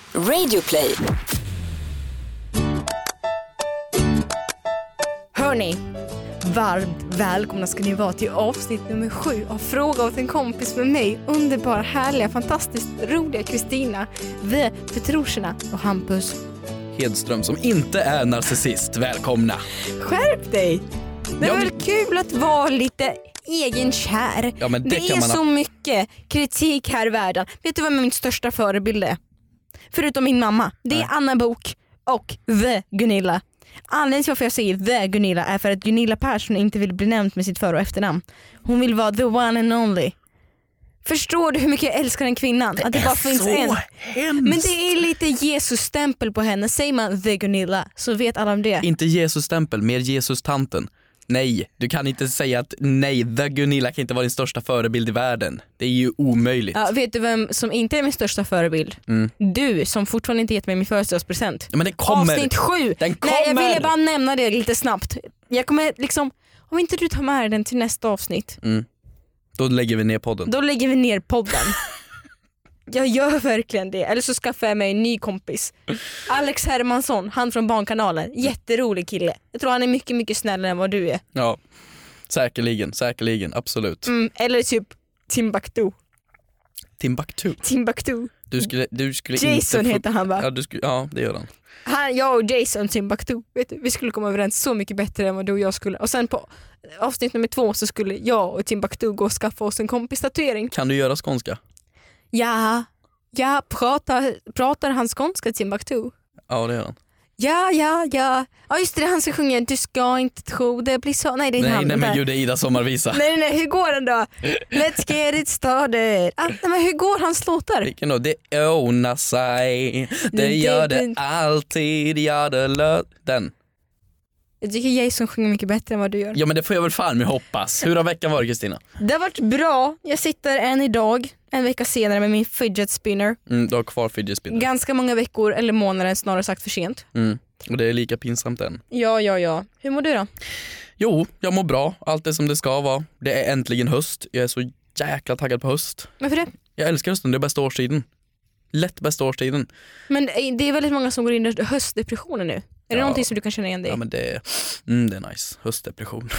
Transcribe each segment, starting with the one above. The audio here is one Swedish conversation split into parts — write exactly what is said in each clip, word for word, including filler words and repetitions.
Radioplay. Hörni, varmt välkomna ska ni vara till avsnitt nummer sju av Fråga åt en kompis med mig, underbara, härliga, fantastiskt roliga Kristina, vi Petrosina och Hampus Hedström som inte är narcissist. Välkomna. Skärp dig! Det är Ja, väl kul att vara lite egenkär. Ja, men det det kan är man... så mycket kritik här i världen. Vet du vad min största förebild är? Förutom min mamma. Det är Nej. Anna Bok och The Gunilla. Anledningen till varför jag säger The Gunilla är för att Gunilla Persson inte vill bli nämnd med sitt för- och efternamn. Hon vill vara the one and only. Förstår du hur mycket jag älskar den kvinnan? Det att det är bara finns så en. hemskt. Men det är lite Jesus-stämpel på henne. Säger man The Gunilla så vet alla om det. Inte Jesus-stämpel, mer Jesus-tanten. Nej, du kan inte säga att nej, The Gunilla kan inte vara din största förebild i världen. Det är ju omöjligt. Ja, vet du vem som inte är min största förebild? Mm. Du som fortfarande inte gett mig min födelsedagspresent. Ja, men det kommer. Avsnitt sju. Den kommer. Nej, jag ville bara nämna det lite snabbt. Jag kommer liksom, om inte du tar med den till nästa avsnitt, Mm. Då lägger vi ner podden. då lägger vi ner podden. Jag gör verkligen det. Eller så skaffar jag mig en ny kompis. Alex Hermansson, han från Barnkanalen. Jätterolig kille. Jag tror han är mycket, mycket snällare än vad du är. Ja, säkerligen, säkerligen, absolut. Mm, eller typ Timbuktu. Timbuktu. Timbuktu. Du skulle, du skulle Jason inte få... heter han va? Ja, du skulle... ja, det gör han. Han, jag och Jason Timbuktu, vet du, vi skulle komma överens så mycket bättre än vad du och jag skulle. Och sen på avsnitt nummer två så skulle jag och Timbuktu gå och skaffa oss en kompistatuering. Kan du göra skånska? Ja, ja, pratar, pratar han skånska Timbuktu? Ja, det gör han. Ja, ja, ja. Ja just det, det är han som sjunger Du ska inte tro det blir så. Nej, det är Nej, han. nej men där. gud, det är Ida sommarvisa. Nej, nej, nej, hur går den då? Let's get it started. Ah, nej, men hur går hans låtar? Vilken då? Det ordnar sig. Det gör det alltid. Ja, det lö... Den. Jag tycker Jason sjunger mycket bättre än vad du gör. Ja, men det får jag väl fan med hoppas. Hur har veckan varit, Kristina? Det har varit bra. Jag sitter än idag, en vecka senare med min fidget spinner. Mm, du har kvar fidget spinner. Ganska många veckor eller månader, snarare sagt för sent. Mm. Och det är lika pinsamt än. Ja, ja, ja. Hur mår du då? Jo, jag mår bra. Allt är som det ska vara. Det är äntligen höst. Jag är så jäkla taggad på höst. Varför det? Jag älskar hösten, det är bästa årstiden. Lätt bästa årstiden. Men det är väldigt många som går in i höstdepressioner nu. Är det Ja. någonting som du kan känna igen dig i? Ja, men det, mm, det är nice. Höstdepression.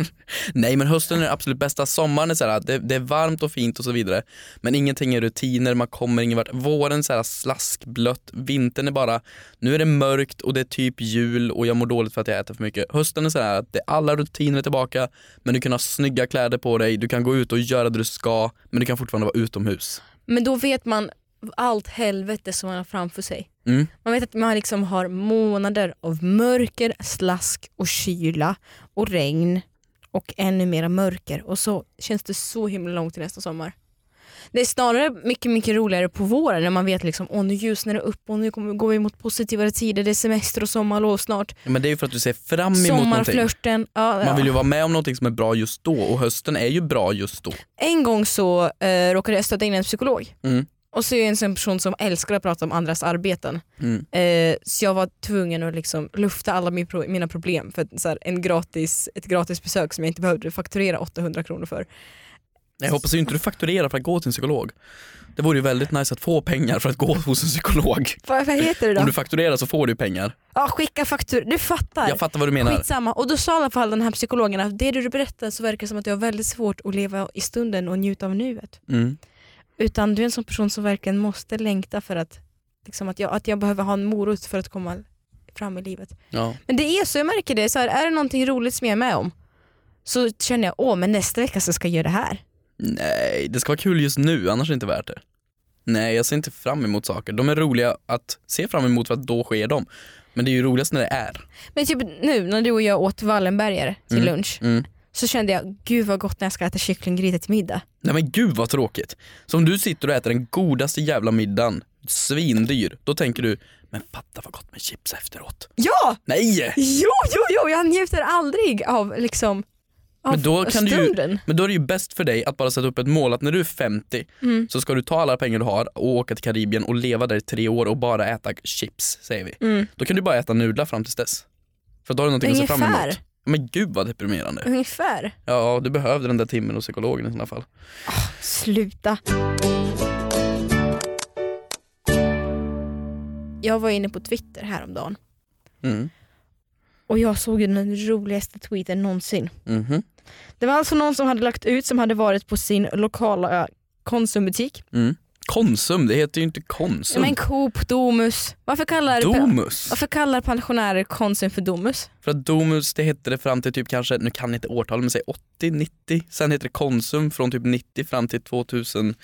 Nej, men hösten är det absolut bästa. Sommaren är så här, det, det är varmt och fint och så vidare. Men ingenting är rutiner, man kommer ingen vart. Våren är så här slaskblött. Vintern är bara, nu är det mörkt och det är typ jul och jag mår dåligt för att jag äter för mycket. Hösten är så här, det är alla rutiner är tillbaka. Men du kan ha snygga kläder på dig. Du kan gå ut och göra det du ska. Men du kan fortfarande vara utomhus. Men då vet man allt helvete som man har framför sig. Mm. Man vet att man liksom har månader av mörker, slask och kyla och regn och ännu mera mörker. Och så känns det så himla långt till nästa sommar. Det är snarare mycket, mycket roligare på våren när man vet liksom, åh nu ljusnar det upp och nu kommer, går vi mot positivare tider, det är semester och sommarlov snart. Ja, men det är ju för att du ser fram emot någonting. Sommarflörten. Ja, Man ja. vill ju vara med om någonting som är bra just då och hösten är ju bra just då. En gång så eh, råkade jag stöta in en psykolog. Mm. Och så är jag en sån person som älskar att prata om andras arbeten. Mm. Eh, så jag var tvungen att liksom lufta alla min pro- mina problem för att, så här, en gratis, ett gratis besök som jag inte behövde fakturera åttahundra kronor för. Jag hoppas ju inte du fakturerar för att gå till en psykolog. Det vore ju väldigt nice att få pengar för att gå hos en psykolog. Vad, vad heter det då? Om du fakturerar så får du pengar. Ja, skicka faktur. Du fattar. Jag fattar vad du menar. Skitsamma. Och då sa i alla fall den här psykologen att det du berättar så verkar som att du har väldigt svårt att leva i stunden och njuta av nuet. Mm. Utan du är en sån person som verkligen måste längta för att, liksom att, jag, att jag behöver ha en morot för att komma fram i livet. Ja. Men det är så, jag märker det. Så här, är det någonting roligt som jag är med om så känner jag, åh men nästa vecka så ska jag göra det här. Nej, det ska vara kul just nu, annars är det inte värt det. Nej, jag ser inte fram emot saker. De är roliga att se fram emot för att då sker de. Men det är ju roligast när det är. Men typ nu när du och jag åt Wallenbergare till Mm. lunch Mm. så kände jag, gud vad gott när jag ska äta kycklinggryta till middag. Nej men gud vad tråkigt. Så om du sitter och äter den godaste jävla middagen, svindyr, då tänker du, men fatta vad gott med chips efteråt. Ja! Nej! Jo, jo, jo, jag njuter aldrig av liksom av Men då, kan du ju, stunden. men då är det ju bäst för dig att bara sätta upp ett mål att när du är femtio Mm. så ska du ta alla pengar du har och åka till Karibien och leva där i tre år och bara äta chips, säger vi. Mm. Då kan du bara äta nudlar fram tills dess. För då har du någonting att se fram Ungefär. emot. Men gud vad deprimerande. Ungefär. Ja, du behövde den där timmen hos psykologen i sådana fall. Sluta. jag var inne på Twitter häromdagen. Mm. Och jag såg ju den roligaste tweeten någonsin. Mm-hmm. Det var alltså någon som hade lagt ut som hade varit på sin lokala Konsumbutik. Mm. Konsum, det heter ju inte Konsum. Men Coop, Domus. Varför kallar, Domus? varför kallar pensionärer Konsum för Domus? För att Domus, det hette det fram till typ kanske, nu kan jag inte årtal, men säg åttio, nittio. Sen heter det Konsum från typ nittio fram till tvåtusen,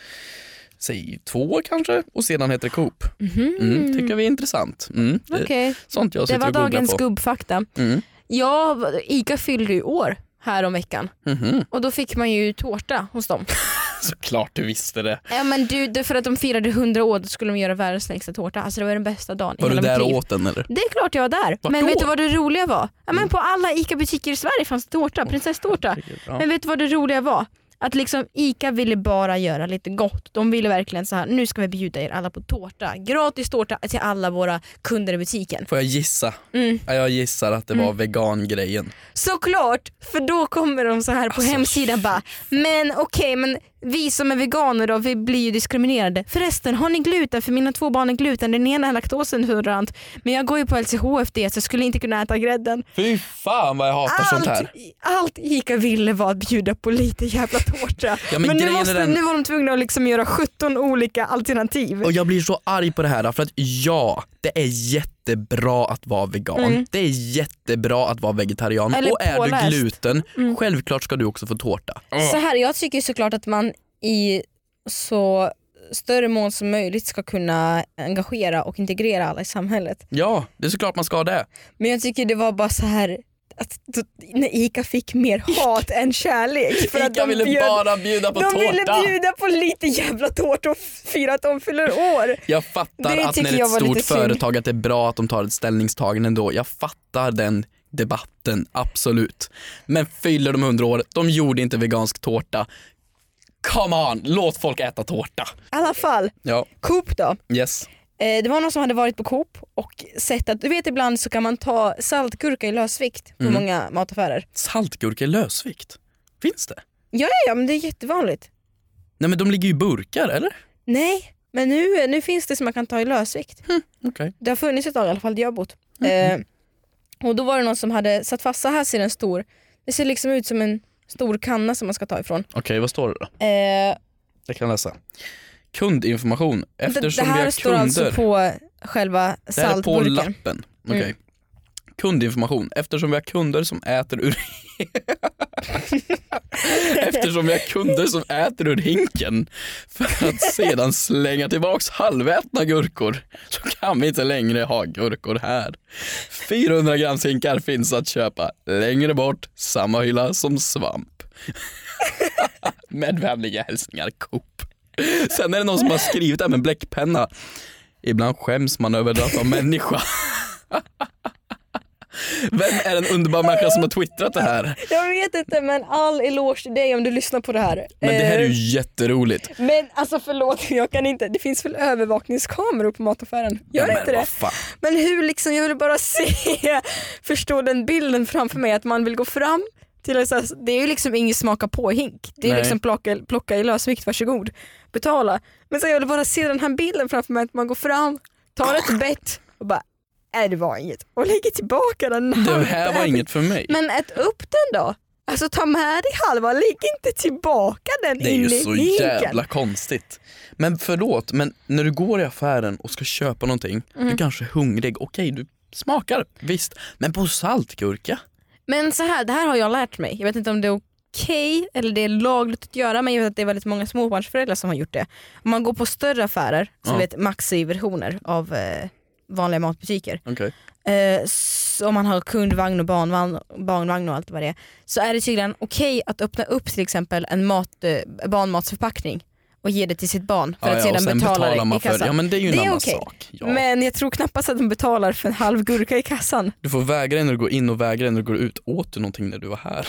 säg två kanske. Och sedan heter det Coop. Mm-hmm. Mm, tycker vi är intressant. Mm, det, okay. Sånt jag det sitter var och googlar dagens på. gubbfakta. Mm. Ja, Ica fyllde ju år här om veckan. Mm-hmm. Och då fick man ju tårta hos dem. Såklart du visste det. Ja, men du, det för att de firade hundra år, då skulle de göra världens längsta tårta. Alltså det var den bästa dagen i var hela du mitt där liv. och åt den eller? Det är klart jag var där. Vart men då? vet du vad det roliga var? Ja, men Mm. på alla Ica-butiker i Sverige fanns det tårta, prinsesstårta. Ja. Men vet du vad det roliga var? Att liksom Ica ville bara göra lite gott. De ville verkligen så här: nu ska vi bjuda er alla på tårta. Gratis tårta till alla våra kunder i butiken. Får jag gissa? Mm. Ja, jag gissar att det var Mm. vegangrejen. Såklart, för då kommer de så här på Alltså, hemsidan bara, men okej, okay, men vi som är veganer då, vi blir ju diskriminerade. Förresten, har ni gluten? För mina två barn är gluten, den ena är laktosintolerant. Men jag går ju på L C H F D så jag skulle inte kunna äta grädden. Fy fan vad jag hatar sånt här. Allt Ica ville var att bjuda på lite jävla tårta. Ja, men men nu, grejen är måste, den- nu var de tvungna att liksom göra sjutton olika alternativ. Och jag blir så arg på det här för att ja, det är jättebra att vara vegan. Mm. Det är jättebra att vara vegetarian. Eller och är påläst. du gluten, Mm. självklart ska du också få tårta. Så här, jag tycker såklart att man i så större mån som möjligt ska kunna engagera och integrera alla i samhället. Ja, det är såklart man ska det. Men jag tycker det var bara så här att då, när Ica fick mer hat än kärlek. För Ica att de ville bjöd, bara bjuda på de tårta. ville bjuda på lite jävla tårta och fira att de fyller år. Jag fattar Det att tycker när jag ett var stort lite synd. företag att det är bra att de tar ett ställningstagande ändå. Jag fattar den debatten, absolut. Men fyller de hundra år, de gjorde inte vegansk tårta. Come on, låt folk äta tårta. I alla fall, Ja, Coop då. yes. Eh, det var någon som hade varit på Coop och sett att, du vet ibland så kan man ta saltgurka i lösvikt på Mm. många mataffärer. Saltgurka i lösvikt. Finns det? Ja, ja, men det är jättevanligt. Nej men de ligger ju i burkar, eller? Nej, men nu, nu finns det som man kan ta i lösvikt. Okej. Okay. Det har funnits ett tag i alla fall där jag har bott. Mm. Eh, och då var det någon som hade satt fast, så här ser den stor. Det ser liksom ut som en stor kanna som man ska ta ifrån. Okej, okay, vad står det då? Eh, Jag kan läsa. Kundinformation. Eftersom det, det här vi har står kunder. alltså på själva Det här är på saltburken. lappen. Okej. Mm. Kundinformation. Eftersom vi har kunder som äter ur Eftersom vi har kunder som äter ur hinken för att sedan slänga tillbaks halvätna gurkor, så kan vi inte längre ha gurkor här. fyrahundra grams hinkar finns att köpa längre bort, samma hylla som svamp. Med vänliga hälsningar, Coop. Sen är det någon som har skrivit det här med bläckpenna. Ibland skäms man över att vara människa. Vem är den underbara människa som har twittrat det här? Jag vet inte, men all eloge till dig om du lyssnar på det här. Men det här är Eh, ju jätteroligt. Men alltså förlåt, jag kan inte. Det finns väl övervakningskameror på mataffären? Gör Ja, inte men det? vad fan. Men hur liksom, jag vill bara se, förstå den bilden framför mig, att man vill gå fram till en, så här, det är ju liksom ingen smaka på hink. Det är Nej. liksom plocka, plocka i lösvikt, varsågod, betala. Men så jag vill bara se den här bilden framför mig, att man går fram, tar ett bett och bara, är det var inget, och lägger tillbaka den. Det här var inget för mig. Men ät upp den då. Alltså ta med dig halva, lägg inte tillbaka den Det är in ju i så hinken. jävla konstigt. Men förlåt, men när du går i affären och ska köpa någonting, Mm. du kanske är hungrig, okej du smakar, visst. Men på saltgurka? Men så här, det här har jag lärt mig. Jag vet inte om det är okej eller det är lagligt att göra, men jag vet att det är väldigt många småbarnsföräldrar som har gjort det. Om man går på större affärer, så Ja. vet maxi-versioner av eh, vanliga matbutiker. Okej. Eh, så om man har kundvagn och barnvagn, barnvagn och allt vad det är, så är det tydligen okej att öppna upp till exempel en mat, eh, barnmatsförpackning och ge det till sitt barn för Ja, att ja, sedan och sen betala betalar det man i för, kassan. ja men det är ju en Det är annan okej. sak. Ja. Men jag tror knappast att de betalar för en halv gurka i kassan. Du får vägra när du går in och vägra när du går ut. Åt du någonting när du var här?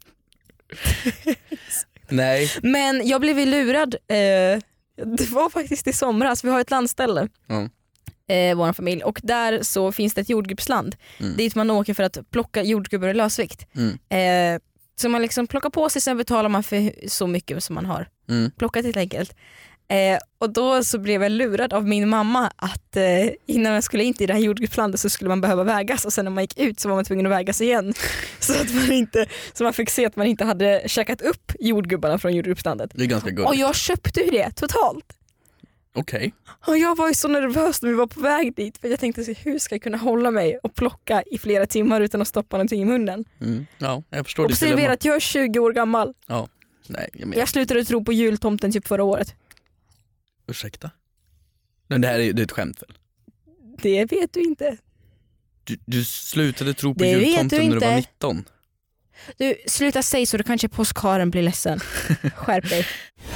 Nej. Men jag blev ju lurad. Eh, det var faktiskt i somras. Vi har ett landställe. Mm. Eh, vår familj. Och där så finns det ett jordgubbsland. Mm. Dit man åker för att plocka jordgubbar i lösvikt. Mm. Eh, så man liksom plockar på sig, sen betalar man för så mycket som man har Mm. plockat helt enkelt. Eh, och då så blev jag lurad av min mamma att eh, innan jag skulle in i det här jordgubbslandet så skulle man behöva vägas och sen när man gick ut så var man tvungen att vägas igen. Så att man inte, så man fick se att man inte hade käkat upp jordgubbarna från jordgubbslandet. Det är ganska gott. Och jag köpte ju det totalt. Okej. Okay. Och jag var ju så nervös när vi var på väg dit för jag tänkte hur ska jag kunna hålla mig och plocka i flera timmar utan att stoppa någonting i munnen. Mm. Ja, jag förstår. Observera att jag är tjugo år gammal. Ja. Nej, jag, jag slutade tro på jultomten typ förra året. Ursäkta? Men det här är, det är ett skämt väl? Det vet du inte. Du, du slutade tro på det jultomten när du var nitton. Du, sluta säga så, då kanske påskharen blir ledsen. Skärp dig.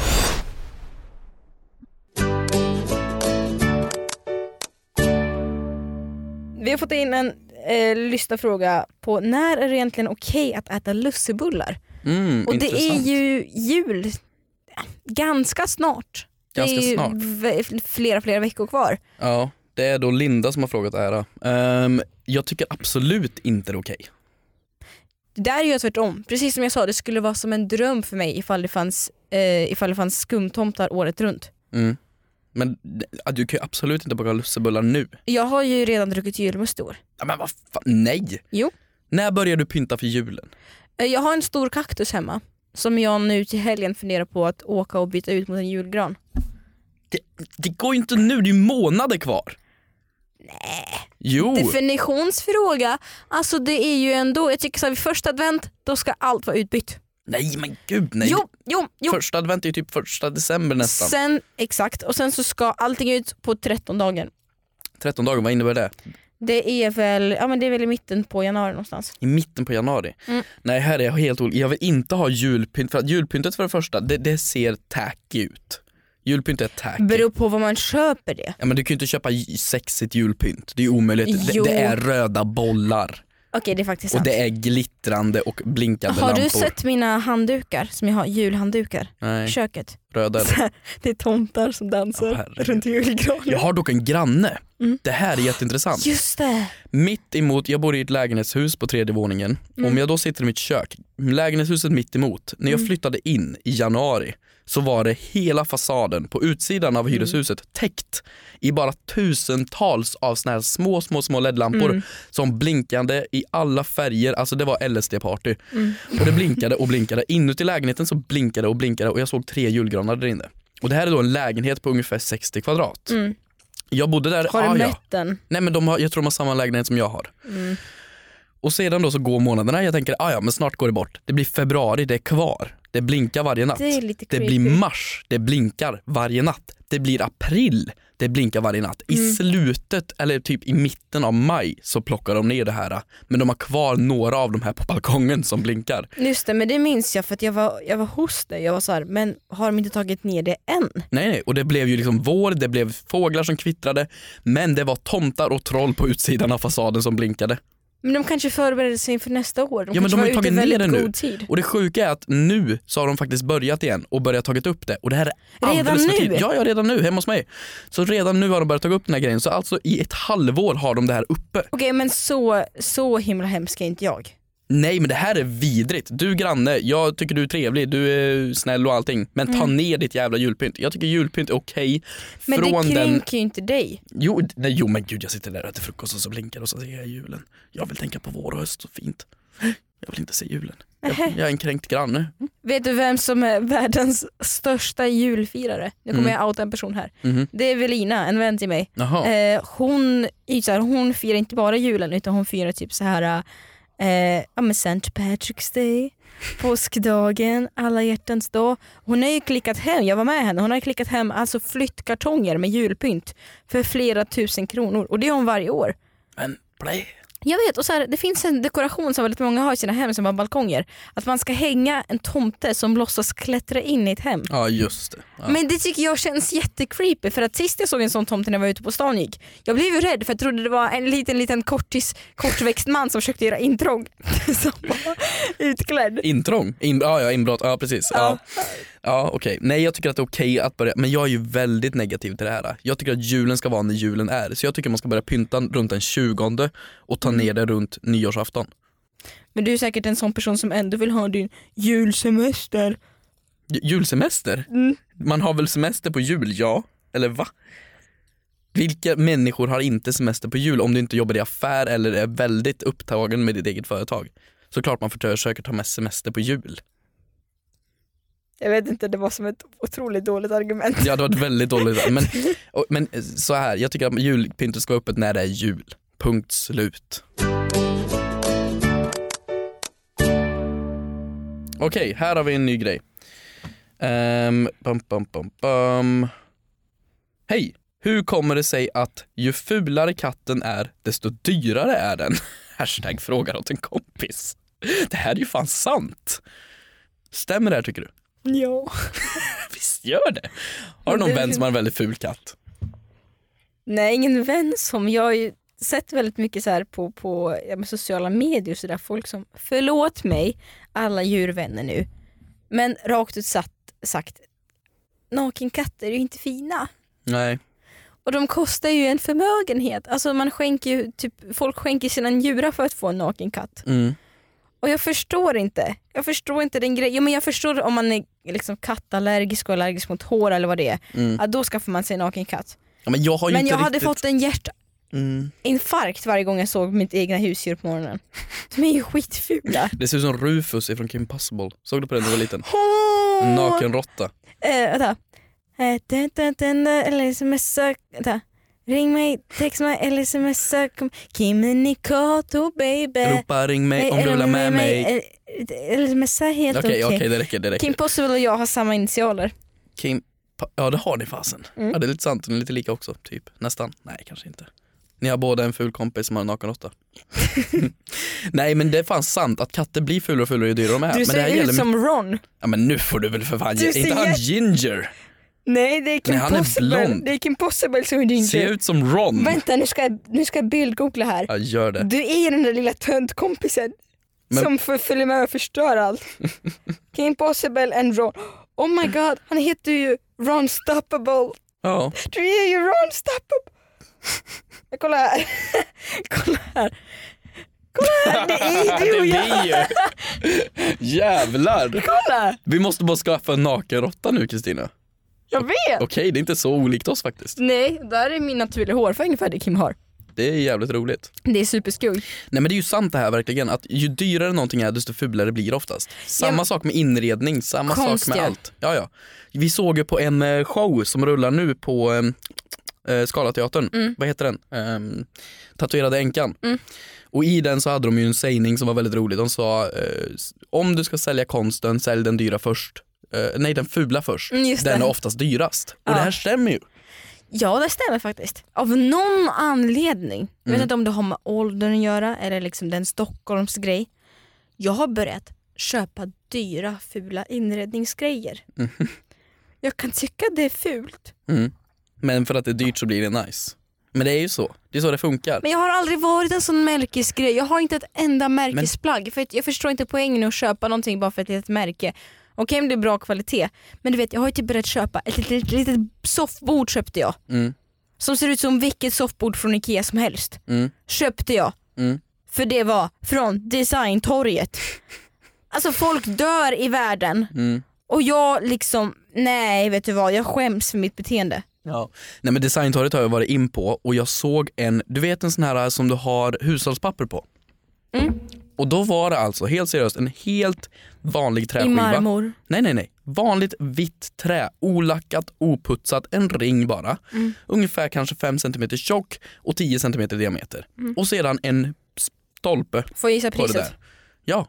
Vi har fått in en eh, lyssnarfråga på när är det egentligen okej att äta lussebullar? Mm, och intressant. Det är ju jul ganska snart. Ganska det är snart. v- flera, flera veckor kvar. Ja, det är då Linda som har frågat ära. Um, jag tycker absolut inte det är okej. Det där är ju tvärtom. Precis som jag sa, det skulle vara som en dröm för mig ifall det fanns, eh, ifall det fanns skumtomtar året runt. Mm. Men du kan ju absolut inte baka lussebullar nu. Jag har ju redan druckit julmust i år. Ja, men vad fan, nej. Jo. När börjar du pynta för julen? Jag har en stor kaktus hemma som jag nu till helgen funderar på att åka och byta ut mot en julgran. Det, det går ju inte nu, det är månader kvar. Nej. Jo. Definitionsfråga. Alltså det är ju ändå, jag tycker så här, vid första advent då ska allt vara utbytt. Nej men gud nej. Jo, jo, jo. Första advent är ju typ första december nästan. Sen, exakt, och sen så ska allting ut på tretton dagar. tretton dagar, vad innebär det? Det är väl, ja men det är väl i mitten på januari någonstans. I mitten på januari? Mm. Nej, här är jag helt olika. Jag vill inte ha julpynt, för att julpyntet för det första, det, det ser tacky ut. Julpynt är tacky. Beror på vad man köper det. Ja men du kan ju inte köpa sexigt julpynt. Det är omöjligt. Det, det är röda bollar. Okej, det är faktiskt sant. Och det är glittrande och blinkande har lampor. Har du sett mina handdukar som jag har, julhanddukar Nej. i köket? Röda eller? Det är tomtar som dansar oh, runt julgranen. Jag har dock en granne. Mm. Det här är jätteintressant. Just det. Mitt emot, jag bor i ett lägenhetshus på tredje våningen. Mm. Om jag då sitter i mitt kök, lägenhetshuset mitt emot, när jag Mm. flyttade in i januari så var det hela fasaden på utsidan av hyreshuset mm. täckt i bara tusentals av såna här små, små, små L E D-lampor Mm. som blinkade i alla färger. Alltså det var L S D-party. Mm. Och det blinkade och blinkade. Inuti lägenheten så blinkade och blinkade och jag såg tre julgranar där inne. Och det här är då en lägenhet på ungefär sextio kvadrat. Mm. Jag bodde där. Har du ah, mätt ja. den? Nej men de har, jag tror de har samma lägenhet som jag har. Mm. Och sedan då så går månaderna. Jag tänker, ah, ja men snart går det bort. Det blir februari, det är kvar. Det blinkar varje natt. Det är lite det creepy. blir mars, det blinkar varje natt. Det blir april, det blinkar varje natt. I Mm. slutet, eller typ i mitten av maj så plockar de ner det här. Men de har kvar några av de här på balkongen som blinkar. Just det, men det minns jag för att jag var, jag var hos dig. Jag var så här, men har de inte tagit ner det än? Nej, nej, och det blev ju liksom vår, det blev fåglar som kvittrade. Men det var tomtar och troll på utsidan av fasaden som blinkade. Men de kanske förbereder sig inför nästa år. De ja, men de har ju tagit ner det nu. God tid. Och det sjuka är att nu så har de faktiskt börjat igen och börjat tagit upp det. Och det här är redan alldeles för nu? tid. Ja, ja, redan nu hemma hos mig. Så redan nu har de börjat ta upp den här grejen. Så alltså i ett halvår har de det här uppe. Okej, men så, så himla hemsk är inte jag. Nej, men det här är vidrigt. Du granne, jag tycker du är trevlig, du är snäll och allting. Men ta Mm. ner ditt jävla julpynt. Jag tycker julpynt är okej. Men Från det kränker den... ju inte dig. Jo, nej, jo, men gud, jag sitter där och äter frukost och så blinkar och så ser jag julen. Jag vill tänka på vår och höst, så fint. Jag vill inte se julen. Jag, jag är en kränkt granne. Vet du vem som är världens största julfirare? Nu kommer Mm. jag outa en person här. Mhm. Det är Velina, en vän till mig. Jaha. Eh, hon, är ju så här, hon firar inte bara julen utan hon firar typ så här eh, ja, men Saint Patrick's Day, påskdagen, alla hjärtans dag. Hon har ju klickat hem, jag var med henne, hon har klickat hem alltså flyttkartonger med julpynt för flera tusen kronor. Och det är hon varje år. Men blä. Jag vet, och så här, det finns en dekoration som väldigt många har i sina hem som har balkonger. Att man ska hänga en tomte som låtsas klättra in i ett hem. Ja, just det. Ja. Men det tycker jag känns jättecreepy, för att sist jag såg en sån tomte när jag var ute på stan gick, jag blev ju rädd för jag trodde det var en liten liten kortis, kortväxt man som försökte göra intrång som var utklädd. Intrång? In, ja, ja, inbrott. Ja, precis. Ja, ja okej. Nej, jag tycker att det är okej att börja, men jag är ju väldigt negativ till det här. Jag tycker att julen ska vara när julen är. Så jag tycker man ska börja pynta runt den tjugonde och ta ner det runt nyårsafton. Men du är säkert en sån person som ändå vill ha din julsemester. J- julsemester? Mm. Man har väl semester på jul, ja? Eller va? Vilka människor har inte semester på jul om du inte jobbar i affär eller är väldigt upptagen med ditt eget företag? Så klart man får försöka ta med semester på jul. Jag vet inte, det var som ett otroligt dåligt argument. Ja, det var ett väldigt dåligt. Men, och, men så här, jag tycker att julpyntet ska vara öppet när det är jul. Punkt slut. Okej, här har vi en ny grej. Um, bum, bum, bum, bum. Hej, hur kommer det sig att ju fulare katten är, desto dyrare är den? Hashtag frågar åt en kompis. Det här är ju fan sant. Stämmer det här, tycker du? Ja. Visst gör det. Har du någon det... vän som har en väldigt ful katt? Nej, ingen vän som. Jag har ju sett väldigt mycket så här på, på ja, med sociala medier så där folk som, förlåt mig alla djurvänner nu, men rakt ut sagt, sagt nakenkatter är ju inte fina. Nej. Och de kostar ju en förmögenhet. Alltså man skänker ju, typ, folk skänker sina njurar för att få en nakenkatt. Mm. Och jag förstår inte. Jag förstår inte den grejen. Ja, men jag förstår om man är liksom kattallergisk och allergisk mot hår eller vad det är. Mm. Ja, då skaffar man sig en nakenkatt. Ja, men jag, har ju men inte jag hade riktigt... fått en hjärtinfarkt mm. varje gång jag såg mitt egna husdjur på morgonen. De är ju skitfula. Det ser ut som Rufus från Kim Possible. Såg du på den när du var liten? Oh! En nakenrotta. Eh, vänta. Eller smsa. Vänta. Ring mig, text mig eller smsa. Kimi Nikato baby. Ropa ring mig om du vill ha med mig. Eller smsa helt okej. Okej, okay, okej, okay, det räcker, det räcker. Kim Possible och jag har samma initialer. Kim, ja det har ni fasen. Mm. Ja, det är lite sant, ni är lite lika också, typ. Nästan, nej kanske inte. Ni har båda en ful kompis som har en nakenrotta. Nej men det är fan sant att katter blir fulare och fulare ju dyrare de är. Du men ser det här ut gäller... som Ron. Ja men nu får du väl för fan, du inte ser... han Ginger. Nej, det är Kim Nej, han Possible. är blond. Det är Kim Possible som är Ginger. Ser ut som Ron. Vänta, nu ska jag, nu ska jag bildgoogla här. Ja, gör det. Du är den där lilla töntkompisen men... som får följa med och förstör allt. Kim Possible and Ron. Oh my god, han heter ju Ron Stoppable. Ja. Du är ju Ron Stoppable. Kolla här. Kolla här. Kolla här, det är du och jag. Jävlar. Kolla. Vi måste bara skaffa en nakenrotta nu, Kristina. Jag vet. Okej, okay, det är inte så olikt oss faktiskt. Nej, där är min naturliga hårfärg ungefär det Kim har. Det är jävligt roligt. Det är superskoj. Nej men det är ju sant det här verkligen, att ju dyrare någonting är desto fulare blir det oftast. Samma ja, sak med inredning, samma konstiga. sak med allt. Ja, ja. Vi såg ju på en show som rullar nu på äh, Scalateatern. Mm. Vad heter den? Ähm, Tatuerade änkan. Mm. Och i den så hade de ju en sägning som var väldigt rolig. De sa, äh, om du ska sälja konsten, sälj den dyra först. Äh, nej, den fula först. Mm, den är oftast dyrast. Och ja. Det här stämmer ju. Ja, det stämmer faktiskt. Av någon anledning. Jag vet mm. inte om det har med åldern att göra eller liksom den Stockholms grej. Jag har börjat köpa dyra, fula inredningsgrejer. Mm. Jag kan tycka det är fult. Mm. Men för att det är dyrt så blir det nice. Men det är ju så. Det är så det funkar. Men jag har aldrig varit en sån märkesgrej. Jag har inte ett enda märkesplagg. Men... För jag förstår inte poängen att köpa någonting bara för ett litet märke. Okej, okay, det är bra kvalitet. Men du vet, jag har ju typ börjat köpa ett litet, litet soffbord köpte jag. Mm. Som ser ut som vilket soffbord från Ikea som helst. Mm. Köpte jag. Mm. För det var från Designtorget. Alltså folk dör i världen. Mm. Och jag liksom, nej vet du vad, jag skäms för mitt beteende. Ja. Nej men Designtorget har jag varit in på och jag såg en, du vet en sån här som du har hushållspapper på. Mm. Och då var det alltså helt seriöst en helt vanlig träskiva. I marmor? Nej, nej, nej. Vanligt vitt trä, olackat, oputsat, en ring bara. Mm. Ungefär kanske fem centimeter tjock och tio centimeter diameter. Mm. Och sedan en stolpe. Får jag gissa priset? Där. Ja.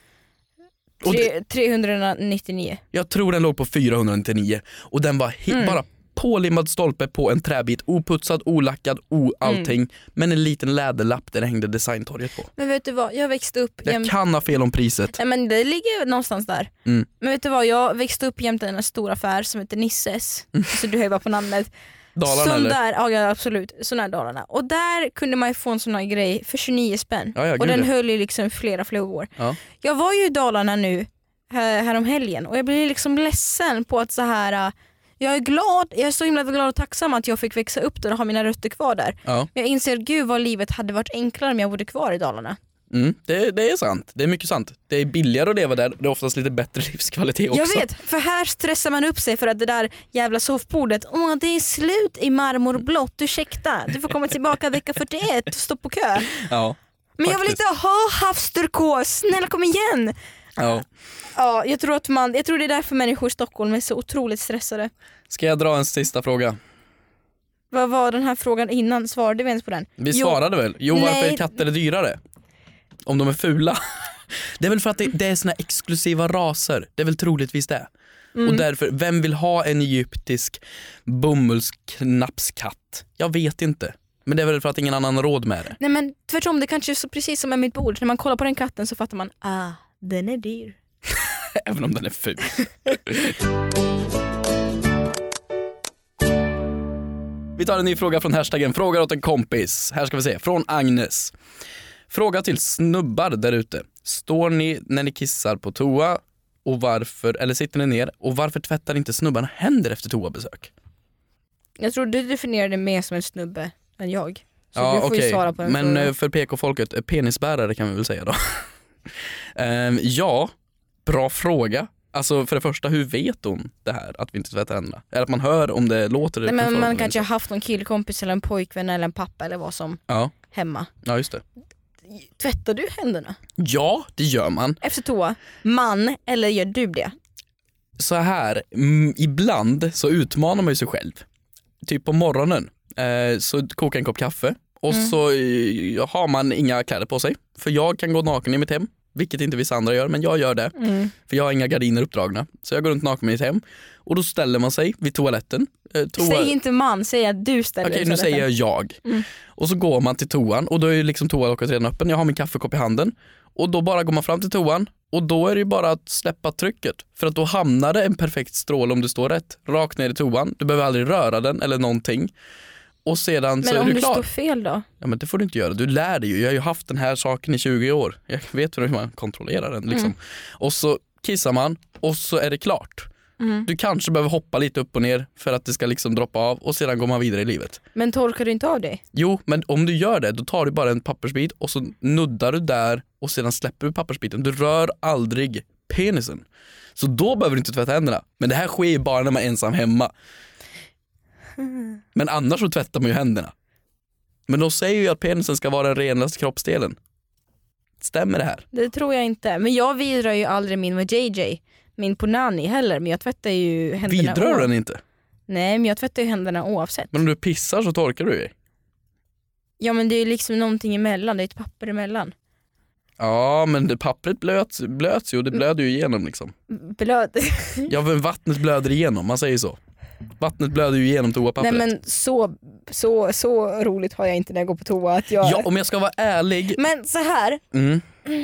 Tre, trehundranittionio. Jag tror den låg på fyrahundranittionio. Och den var he- mm. bara pålimmad stolpe på en träbit, oputsad, olackad, o allting, mm. men en liten läderlapp där det hängde Designtorget på. Men vet du vad, jag växte upp jag jäm... kan ha fel om priset. Nej, men det ligger någonstans där. Mm. Men vet du vad, jag växte upp jämte en stor affär som heter Nisses. Mm. Så du hör bara på namnet. Dalarna eller? Där, ja absolut, sån här Dalarna. Och där kunde man ju få en sån här grej för tjugonio spänn. Ja, ja, och den det. höll ju liksom flera flera år. Ja. Jag var ju i Dalarna nu här, här om helgen och jag blev liksom ledsen på att så här. Jag är glad, jag är så himla glad och tacksam att jag fick växa upp där och ha mina rötter kvar där. Ja. Jag inser, gud vad livet hade varit enklare om jag bodde kvar i Dalarna. Mm, det, det är sant, det är mycket sant. Det är billigare att leva där, det är oftast lite bättre livskvalitet också. Jag vet, för här stressar man upp sig för att det där jävla soffbordet, åh det är slut i marmorblått, ursäkta, du får komma tillbaka vecka fyrtioett och stå på kö. Ja, men jag vill inte ha havsturkos, snälla kom igen. Ja. Ja, jag tror att man, jag tror det är därför människor i Stockholm är så otroligt stressade. Ska jag dra en sista fråga? Vad var den här frågan innan? Svarade vi ens på den? Vi Jo. svarade väl? Jo, varför Nej. är katter dyrare? Om de är fula. Det är väl för att det, det är såna exklusiva raser. Det är väl troligtvis det. Mm. Och därför, vem vill ha en egyptisk bomullsknappskatt? Jag vet inte. Men det är väl för att ingen annan har råd med det. Nej men tvärtom, det kanske är så precis som med mitt bord. När man kollar på den katten så fattar man, ah, den är dyr. Även om den är ful. Vi tar en ny fråga från hashtaggen Frågar åt en kompis. Här ska vi se, från Agnes. Fråga till snubbar där ute. Står ni när ni kissar på toa och varför, eller sitter ni ner, och varför tvättar inte snubbarna händer efter toabesök? Jag tror du definierar det mer som en snubbe än jag. Så ja, du får okay. ju svara på den Men frågan. För P K-folket, penisbärare kan vi väl säga då. um, ja, bra fråga. Alltså för det första, hur vet hon det här att vi inte tvättar händerna? Eller att man hör om det låter. Nej, men man kanske har haft en killkompis eller en pojkvän eller en pappa eller vad som ja. hemma. Ja, just det. Tvättar du händerna? Ja, det gör man. Efter toa? Man, eller gör du det? Så här, m- ibland så utmanar man ju sig själv. Typ på morgonen eh, så kokar en kopp kaffe och mm. så eh, har man inga kläder på sig. För jag kan gå naken i mitt hem, vilket inte vissa andra gör, men jag gör det. Mm. För jag har inga gardiner uppdragna. Så jag går runt naken i mitt hem och då ställer man sig vid toaletten. Eh, toa- Säg inte man, säg att du ställer Okej, dig. nu säger jag jag. Mm. Och så går man till toan och då är liksom toalocket redan öppen. Jag har min kaffekopp i handen och då bara går man fram till toan och då är det ju bara att släppa trycket. För att då hamnar det en perfekt stråle om du står rätt. Rakt ner i toan. Du behöver aldrig röra den eller någonting. Och sedan men så är om du du klar. står fel då? Ja, men det får du inte göra. Du lär dig ju. Jag har ju haft den här saken i tjugo år. Jag vet hur man kontrollerar den liksom. Mm. Och så kissar man och så är det klart. Mm. Du kanske behöver hoppa lite upp och ner för att det ska liksom droppa av och sedan går man vidare i livet. Men torkar du inte av dig? Jo, men om du gör det, då tar du bara en pappersbit och så nuddar du där och sedan släpper du pappersbiten. Du rör aldrig penisen. Så då behöver du inte tvätta händerna. Men det här sker ju bara när man är ensam hemma. Mm. Men annars så tvättar man ju händerna. Men de säger ju att penisen ska vara den renaste kroppsdelen. Stämmer det här? Det tror jag inte. Men jag vidrar ju aldrig min med J J. Min Punani heller, men jag tvättar ju händerna. Vidrar den inte? Nej, men jag tvättar ju händerna oavsett. Men om du pissar så torkar du ju. Ja, men det är ju liksom någonting emellan, det är ett papper emellan. Ja, men det pappret blöts, blöts ju och det blöder ju igenom liksom. Blöd? Ja, men vattnet blöder igenom, man säger så. Vattnet blöder ju igenom toapappret. Nej, men så, så, så roligt har jag inte när jag går på toa att jag... Ja, om jag ska vara ärlig. Men så här. Mm.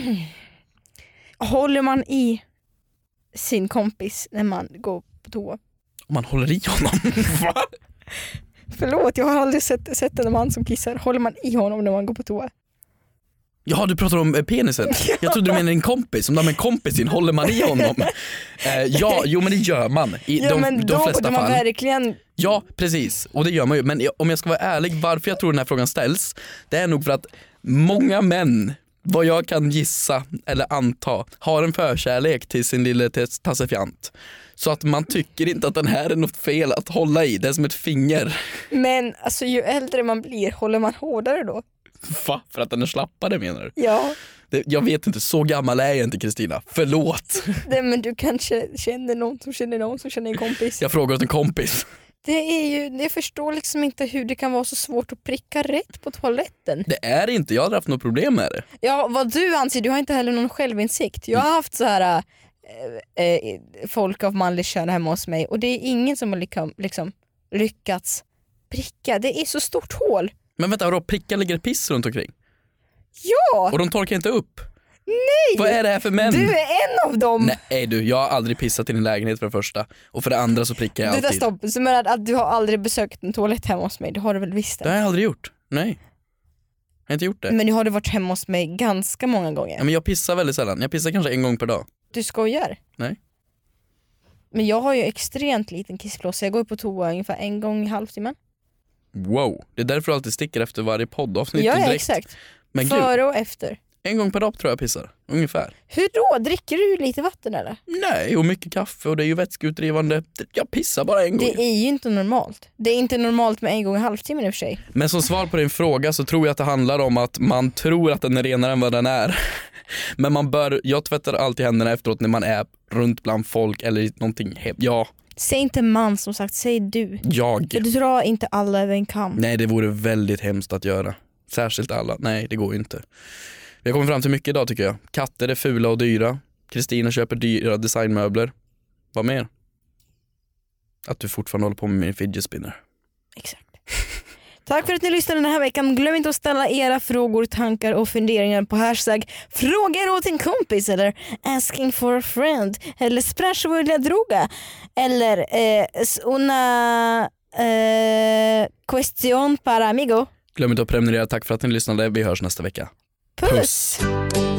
Håller man i sin kompis när man går på toa? Om man håller i honom? Va? Förlåt, jag har aldrig sett, sett en man som kissar. Håller man i honom när man går på toa? Ja, du pratar om penisen. Jag trodde du menade en kompis. Om du har en kompis in, håller man i honom? Eh, ja, jo men det gör man. I ja, de, men de då flesta borde man fall. verkligen... Ja, precis. Och det gör man ju. Men om jag ska vara ärlig, varför jag tror den här frågan ställs, det är nog för att många män, vad jag kan gissa eller anta, har en förkärlek till sin lille tassefiant. Så att man tycker inte att den här är något fel att hålla i. Det är som ett finger. Men alltså, ju äldre man blir, håller man hårdare då? Va? För att den är slappare menar du? Ja. Det, jag vet inte, så gammal är jag inte, Kristina. Förlåt. Nej, men du kanske känner någon som känner någon som känner en kompis. Jag frågar åt en kompis. Det är ju, jag förstår liksom inte hur det kan vara så svårt att pricka rätt på toaletten. Det är inte, jag har haft något problem med det. Ja, vad du anser, du har inte heller någon självinsikt. Jag har haft så här äh, äh, folk av manlig kön hemma hos mig och det är ingen som har liksom, liksom lyckats pricka. Det är så stort hål. Men vänta, vadå, prickar ligger ett piss runt omkring? Ja! Och de torkar inte upp? Nej! Vad är det här för män? Du är en av dem! Nej du, jag har aldrig pissat i din lägenhet för det första. Och för det andra så prickar jag alltid. alltid. Stopp, så menar att du har aldrig besökt en toalett hemma hos mig, det har du väl visst? Det har jag aldrig gjort, nej. Jag har inte gjort det. Men nu har du varit hemma hos mig ganska många gånger. Ja, men jag pissar väldigt sällan, jag pissar kanske en gång per dag. Du skojar? Nej. Men jag har ju extremt liten kissblåsa, jag går på toa ungefär en gång i halvtimmen. Wow, det är därför du alltid sticker efter varje poddavsnitt. Ja, ja direkt. exakt. Men före gud, och efter. En gång per dag tror jag pissar, ungefär. Hur då? Dricker du lite vatten eller? Nej, och mycket kaffe och det är ju vätskeutdrivande. Jag pissar bara en gång. Det är ju inte normalt. Det är inte normalt med en gång i halvtimmen i och för sig. Men som svar på din fråga så tror jag att det handlar om att man tror att den är renare än vad den är. Men man bör, jag tvättar alltid händerna efteråt när man är runt bland folk eller någonting. Ja. Säg inte man, som sagt, säg du. Jag. För du drar inte alla över en kam. Nej, det vore väldigt hemskt att göra. Särskilt alla. Nej, det går ju inte. Vi har kommit fram till mycket idag tycker jag. Katter är fula och dyra. Kristina köper dyra designmöbler. Vad mer? Att du fortfarande håller på med min fidget spinner. Exakt. Tack för att ni lyssnade den här veckan. Glöm inte att ställa era frågor, tankar och funderingar på hashtag frågar åt en kompis eller asking for a friend eller spрашиваю для друга eller eh, una eh, question para amigo. Glöm inte att prenumerera. Tack för att ni lyssnade. Vi hörs nästa vecka. Puss! Puss.